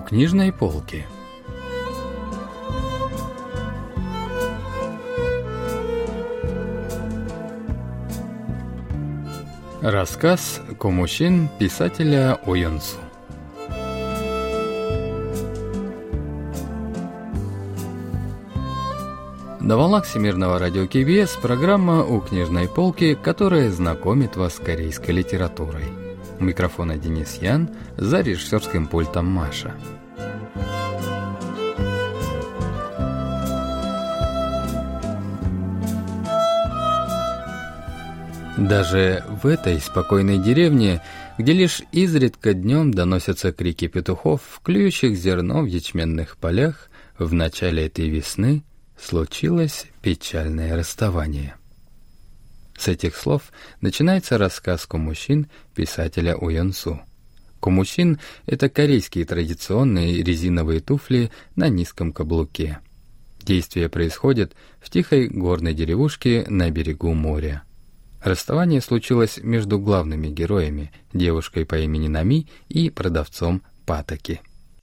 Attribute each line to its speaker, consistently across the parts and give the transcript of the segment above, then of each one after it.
Speaker 1: книжной полки. Рассказ «Комусин» писателя Уюнсу. На волнах Всемирного радио КБС программа «У книжной полки», которая знакомит вас с корейской литературой. У микрофона Денис Ян, за режиссерским пультом Маша. Даже в этой спокойной деревне, где лишь изредка днем доносятся крики петухов, клюющих зерно в ячменных полях, в начале этой весны случилось печальное расставание. С этих слов начинается рассказ «Комусин» писателя Уюнсу. Комусин – это корейские традиционные резиновые туфли на низком каблуке. Действие происходит в тихой горной деревушке на берегу моря. Расставание случилось между главными героями, девушкой по имени Нами и продавцом патоки.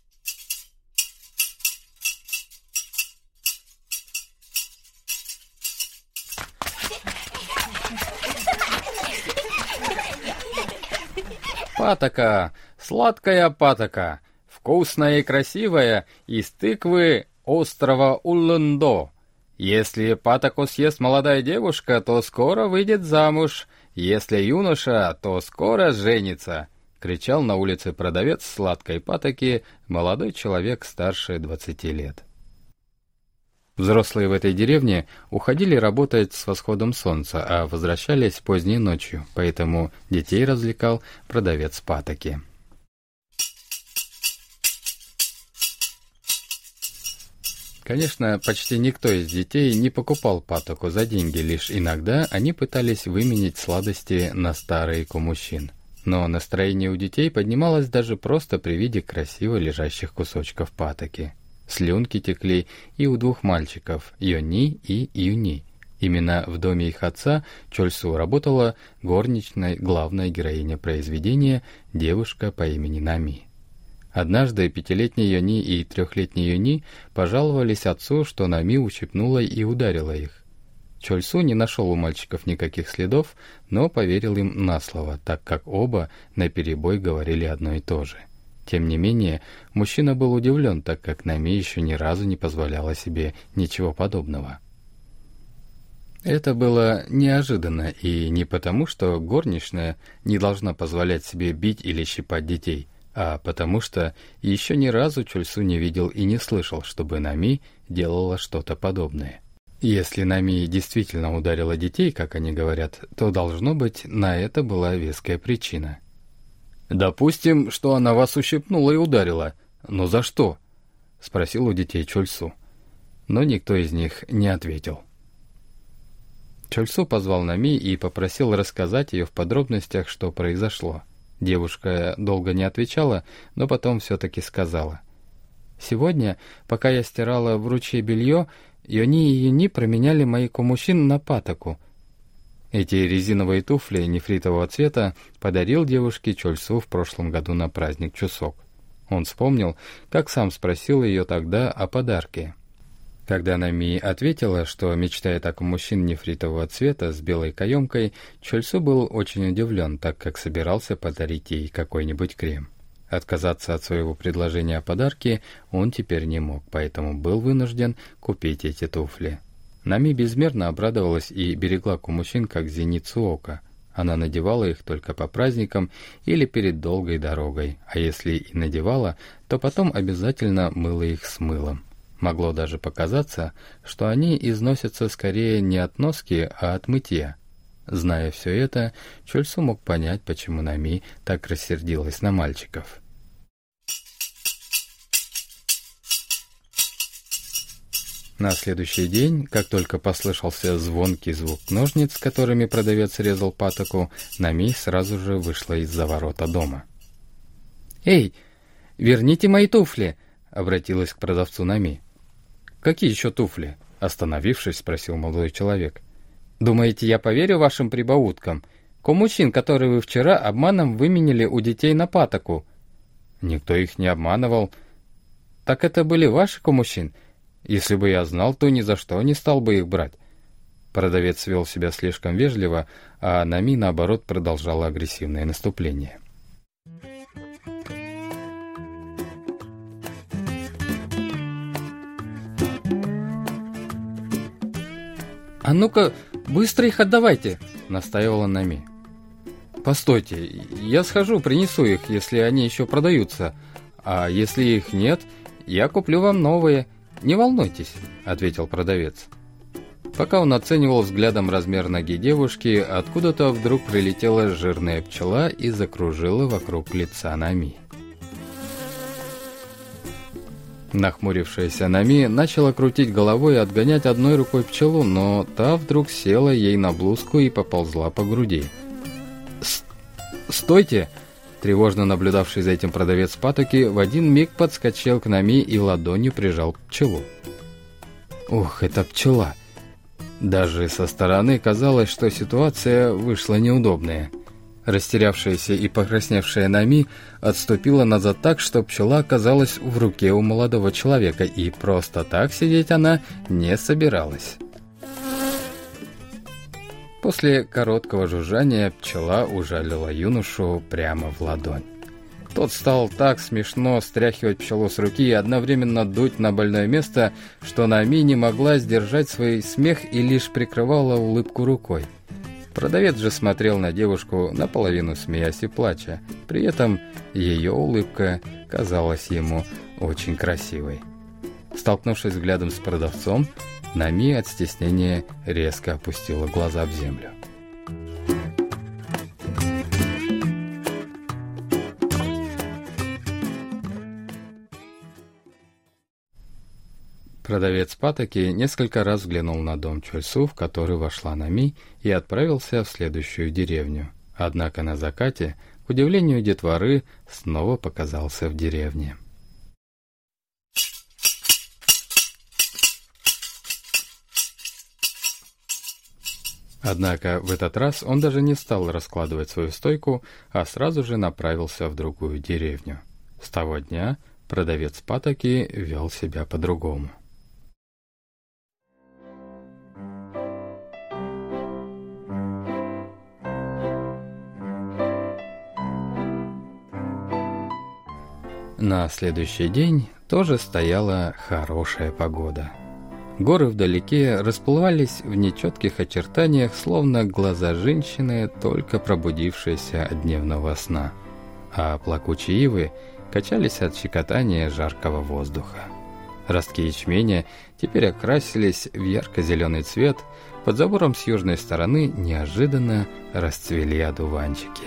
Speaker 1: Патока, сладкая патока, вкусная и красивая, из тыквы острова Уллундо. Если патоку съест молодая девушка, то скоро выйдет замуж. Если юноша, то скоро женится, кричал на улице продавец сладкой патоки, молодой человек старше 20 лет. Взрослые в этой деревне уходили работать с восходом солнца, а возвращались поздней ночью, поэтому детей развлекал продавец патоки. Конечно, почти никто из детей не покупал патоку за деньги, лишь иногда они пытались выменить сладости на старые комусин. Но настроение у детей поднималось даже просто при виде красиво лежащих кусочков патоки. Слюнки текли и у двух мальчиков, Йони и Юни. Именно в доме их отца Чольсу работала горничной главная героиня произведения, девушка по имени Нами. Однажды 5-летний Йони и 3-летний Юни пожаловались отцу, что Нами ущипнула и ударила их. Чольсу не нашел у мальчиков никаких следов, но поверил им на слово, так как оба наперебой говорили одно и то же. Тем не менее, мужчина был удивлен, так как Нами еще ни разу не позволяла себе ничего подобного. Это было неожиданно, и не потому, что горничная не должна позволять себе бить или щипать детей, а потому что еще ни разу Чольсу не видел и не слышал, чтобы Нами делала что-то подобное. Если Нами действительно ударила детей, как они говорят, то, должно быть, на это была веская причина. «Допустим, что она вас ущипнула и ударила. Но за что?» — спросил у детей Чольсу. Но никто из них не ответил. Чольсу позвал Нами и попросил рассказать ее в подробностях, что произошло. Девушка долго не отвечала, но потом все-таки сказала. «Сегодня, пока я стирала в ручье белье, Йони и Юни променяли мои комусин на патоку». Эти резиновые туфли нефритового цвета подарил девушке Чольсу в прошлом году на праздник Чусок. Он вспомнил, как сам спросил ее тогда о подарке. Когда Нами ответила, что мечтает о комусин нефритового цвета с белой каемкой, Чольсу был очень удивлен, так как собирался подарить ей какой-нибудь крем. Отказаться от своего предложения о подарке он теперь не мог, поэтому был вынужден купить эти туфли. Нами безмерно обрадовалась и берегла комусин как зеницу ока. Она надевала их только по праздникам или перед долгой дорогой, а если и надевала, то потом обязательно мыла их с мылом. Могло даже показаться, что они износятся скорее не от носки, а от мытья. Зная все это, Чольсу мог понять, почему Нами так рассердилась на мальчиков. На следующий день, как только послышался звонкий звук ножниц, которыми продавец резал патоку, Нами сразу же вышла из-за ворота дома. «Эй, верните мои туфли!» — обратилась к продавцу Нами. «Какие еще туфли?» — остановившись, спросил молодой человек. «Думаете, я поверю вашим прибауткам? Комусин, который вы вчера обманом выменили у детей на патоку». «Никто их не обманывал. так это были ваши кумусин? Если бы я знал, то ни за что не стал бы их брать». Продавец вел себя слишком вежливо, а Нами, наоборот, продолжала агрессивное наступление. «А ну-ка, быстро их отдавайте!» — настаивала Нами. «Постойте, я схожу, принесу их, если они еще продаются. А если их нет, я куплю вам новые. Не волнуйтесь», — ответил продавец. Пока он оценивал взглядом размер ноги девушки, откуда-то вдруг прилетела жирная пчела и закружила вокруг лица Нами. Нахмурившаяся Нами начала крутить головой и отгонять одной рукой пчелу, но та вдруг села ей на блузку и поползла по груди. «Стойте!» Тревожно наблюдавший за этим продавец патоки в один миг подскочил к Нами и ладонью прижал пчелу. Ух, это пчела! Даже со стороны казалось, что ситуация вышла неудобная. Растерявшаяся и покрасневшая Нами отступила назад так, что пчела оказалась в руке у молодого человека, и просто так сидеть она не собиралась. После короткого жужжания пчела ужалила юношу прямо в ладонь. Тот стал так смешно стряхивать пчелу с руки и одновременно дуть на больное место, что Нами не могла сдержать свой смех и лишь прикрывала улыбку рукой. Продавец же смотрел на девушку, наполовину смеясь и плача. При этом ее улыбка казалась ему очень красивой. Столкнувшись взглядом с продавцом, Нами от стеснения резко опустила глаза в землю. Продавец патоки несколько раз взглянул на дом Чольсу, в который вошла Нами, и отправился в следующую деревню. Однако на закате, к удивлению детворы, снова показался в деревне. Однако в этот раз он даже не стал раскладывать свою стойку, а сразу же направился в другую деревню. С того дня продавец патоки вел себя по-другому. На следующий день тоже стояла хорошая погода. Горы вдалеке расплывались в нечетких очертаниях, словно глаза женщины, только пробудившейся от дневного сна, а плакучие ивы качались от щекотания жаркого воздуха. Ростки ячменя теперь окрасились в ярко-зеленый цвет, под забором с южной стороны неожиданно расцвели одуванчики.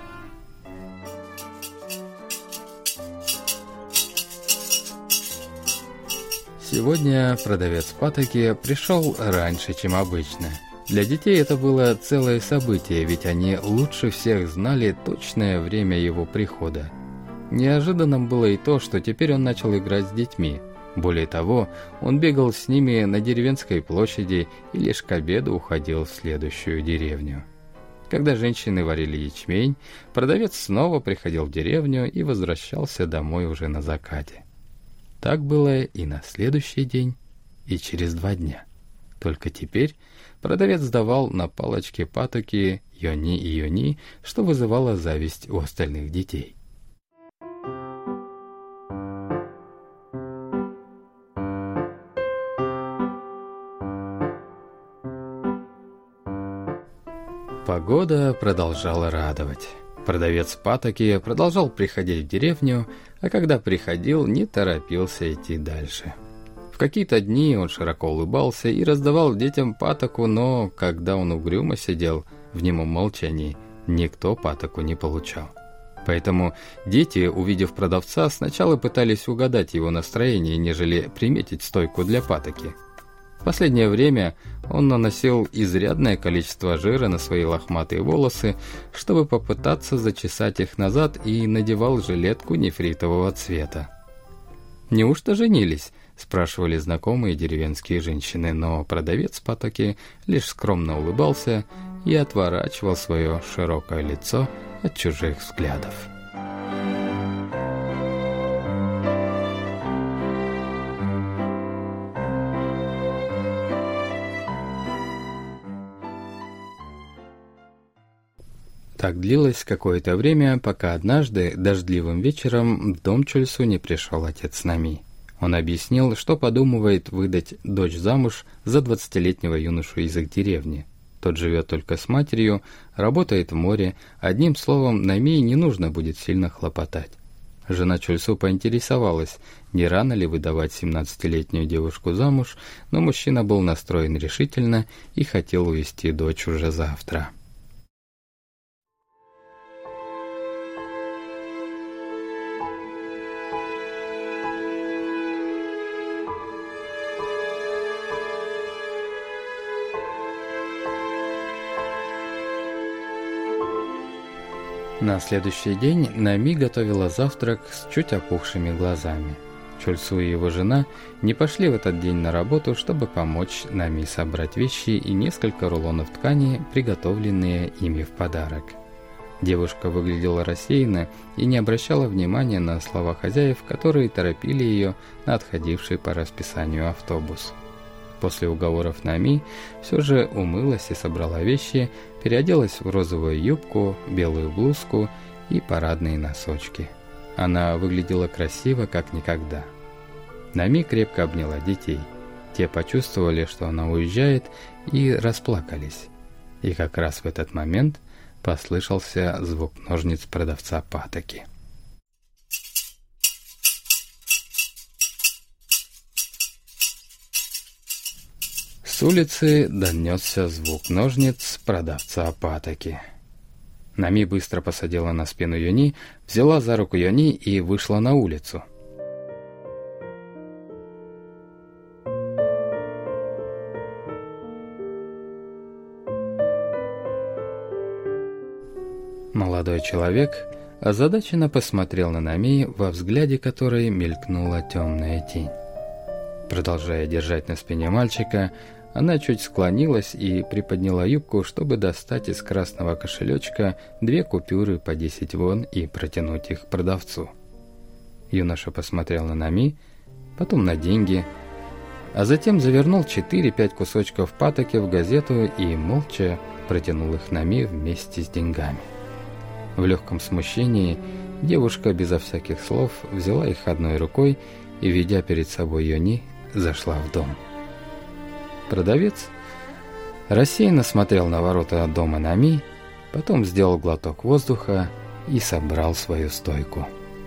Speaker 1: Сегодня продавец патоки пришел раньше, чем обычно. Для детей это было целое событие, ведь они лучше всех знали точное время его прихода. Неожиданным было и то, что теперь он начал играть с детьми. Более того, он бегал с ними на деревенской площади и лишь к обеду уходил в следующую деревню. Когда женщины варили ячмень, продавец снова приходил в деревню и возвращался домой уже на закате. Так было и на следующий день, и через 2 дня. Только теперь продавец давал на палочке патоки йони и йони, что вызывало зависть у остальных детей. Погода продолжала радовать. Продавец патоки продолжал приходить в деревню, а когда приходил, не торопился идти дальше. В какие-то дни он широко улыбался и раздавал детям патоку, но когда он угрюмо сидел в немом молчании, никто патоку не получал. Поэтому дети, увидев продавца, сначала пытались угадать его настроение, нежели приметить стойку для патоки. В последнее время он наносил изрядное количество жира на свои лохматые волосы, чтобы попытаться зачесать их назад, и надевал жилетку нефритового цвета. «Неужто женились?» – спрашивали знакомые деревенские женщины, но продавец патоки лишь скромно улыбался и отворачивал свое широкое лицо от чужих взглядов. Так длилось какое-то время, пока однажды дождливым вечером в дом Чольсу не пришел отец Нами. Он объяснил, что подумывает выдать дочь замуж за 20-летнего юношу из их деревни. Тот живет только с матерью, работает в море, одним словом, Нами не нужно будет сильно хлопотать. Жена Чольсу поинтересовалась, не рано ли выдавать 17-летнюю девушку замуж, но мужчина был настроен решительно и хотел увезти дочь уже завтра. На следующий день Нами готовила завтрак с чуть опухшими глазами. Чольсу и его жена не пошли в этот день на работу, чтобы помочь Нами собрать вещи и несколько рулонов ткани, приготовленные ими в подарок. Девушка выглядела рассеянно и не обращала внимания на слова хозяев, которые торопили ее на отходивший по расписанию автобус. После уговоров Нами все же умылась и собрала вещи, переоделась в розовую юбку, белую блузку и парадные носочки. Она выглядела красиво, как никогда. Нами крепко обняла детей. Те почувствовали, что она уезжает, и расплакались. И как раз в этот момент послышался звук ножниц продавца патоки. С улицы донесся звук ножниц продавца патоки. Нами быстро посадила на спину Юни, взяла за руку Юни и вышла на улицу. Молодой человек озадаченно посмотрел на Нами, во взгляде которой мелькнула темная тень. Продолжая держать на спине мальчика, она чуть склонилась и приподняла юбку, чтобы достать из красного кошелечка 2 купюры по 10 вон и протянуть их продавцу. Юноша посмотрел на Нами, потом на деньги, а затем завернул 4-5 кусочков патоки в газету и молча протянул их Нами вместе с деньгами. В легком смущении девушка безо всяких слов взяла их одной рукой и, ведя перед собой Юни, зашла в дом. Продавец рассеянно смотрел на ворота дома Нами, потом сделал глоток воздуха и собрал свою стойку.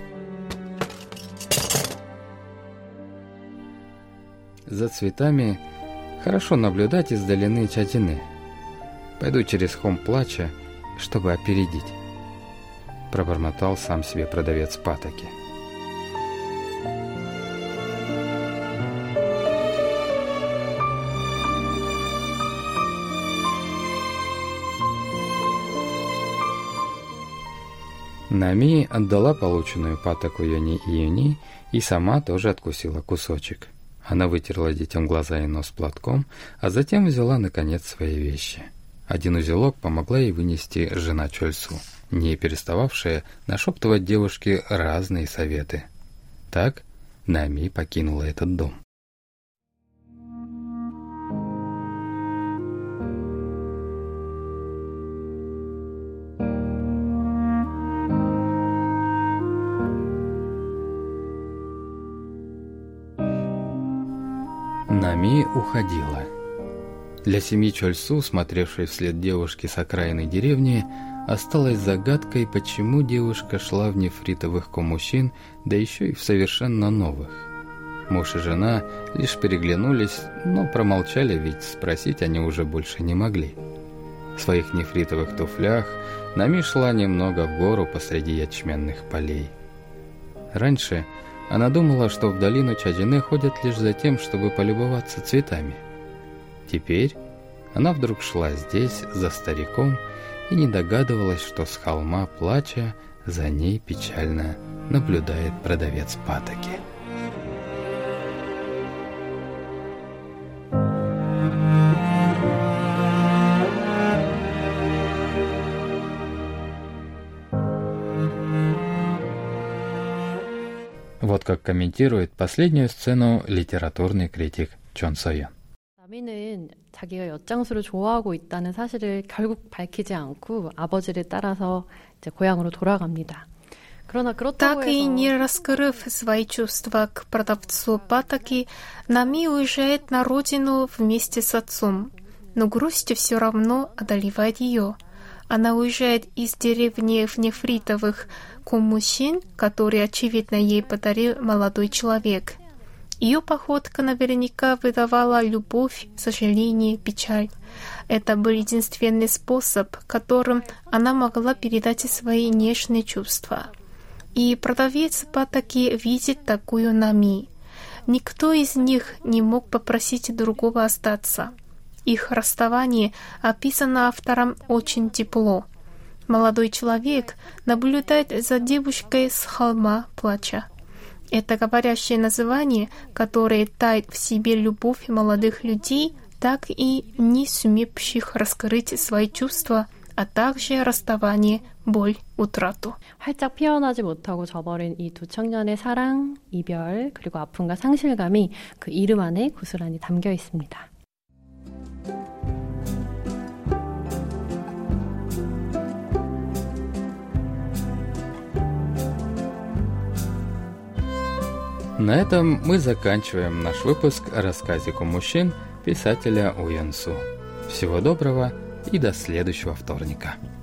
Speaker 1: За цветами хорошо наблюдать из долины Чадзины. Пойду через холм плача, чтобы опередить, пробормотал сам себе продавец патоки. Нами отдала полученную патоку Юни и Юни и сама тоже откусила кусочек. Она вытерла детям глаза и нос платком, а затем взяла, наконец, свои вещи. Один узелок помогла ей вынести жена Чольсу, не перестававшая нашептывать девушке разные советы. Так Нами покинула этот дом. Нами уходила. Для семьи Чольсу, смотревшей вслед девушки с окраины деревни, осталось загадкой, почему девушка шла в нефритовых комусин, да еще и в совершенно новых. Муж и жена лишь переглянулись, но промолчали, ведь спросить они уже больше не могли. В своих нефритовых туфлях Нами шла немного в гору посреди ячменных полей. Раньше она думала, что в долину Чадзины ходят лишь за тем, чтобы полюбоваться цветами. Теперь она вдруг шла здесь за стариком и не догадывалась, что с холма плача за ней печально наблюдает продавец патоки. Вот как комментирует последнюю сцену литературный критик Чон Со Йон.
Speaker 2: 나미는 자기가 엿장수를 좋아하고 있다는 사실을 결국 밝히지 않고 아버지를 따라서 이제 고향으로 돌아갑니다. 그러나 그렇다고
Speaker 3: Так и не раскрыв свои чувства к продавцу патоки, Нами уезжает на родину вместе с отцом. Но грусть все равно одолевает ее. Она уезжает из деревни в нефритовых Коммусин, который, очевидно, ей подарил молодой человек. Ее походка наверняка выдавала любовь, сожаление, печаль. Это был единственный способ, которым она могла передать свои нежные чувства. И продавец патоки видит такую Нами. Никто из них не мог попросить другого остаться. Их расставание описано автором очень тепло. Молодой человек наблюдает за девушкой с холма, плача. Это говорящее название, которое тает в себе любовь молодых людей, так и не сумевших раскрыть свои чувства, а также расставание, боль, утрату.
Speaker 2: 활짝 피어나지 못하고 저버린 이 두 청년의 사랑, 이별, 그리고 아픔과 상실감이 그 이름 안에 고스란히 담겨 있습니다.
Speaker 1: На этом мы заканчиваем наш выпуск о рассказе «Коммусин» писателя Уян Су. Всего доброго и до следующего вторника.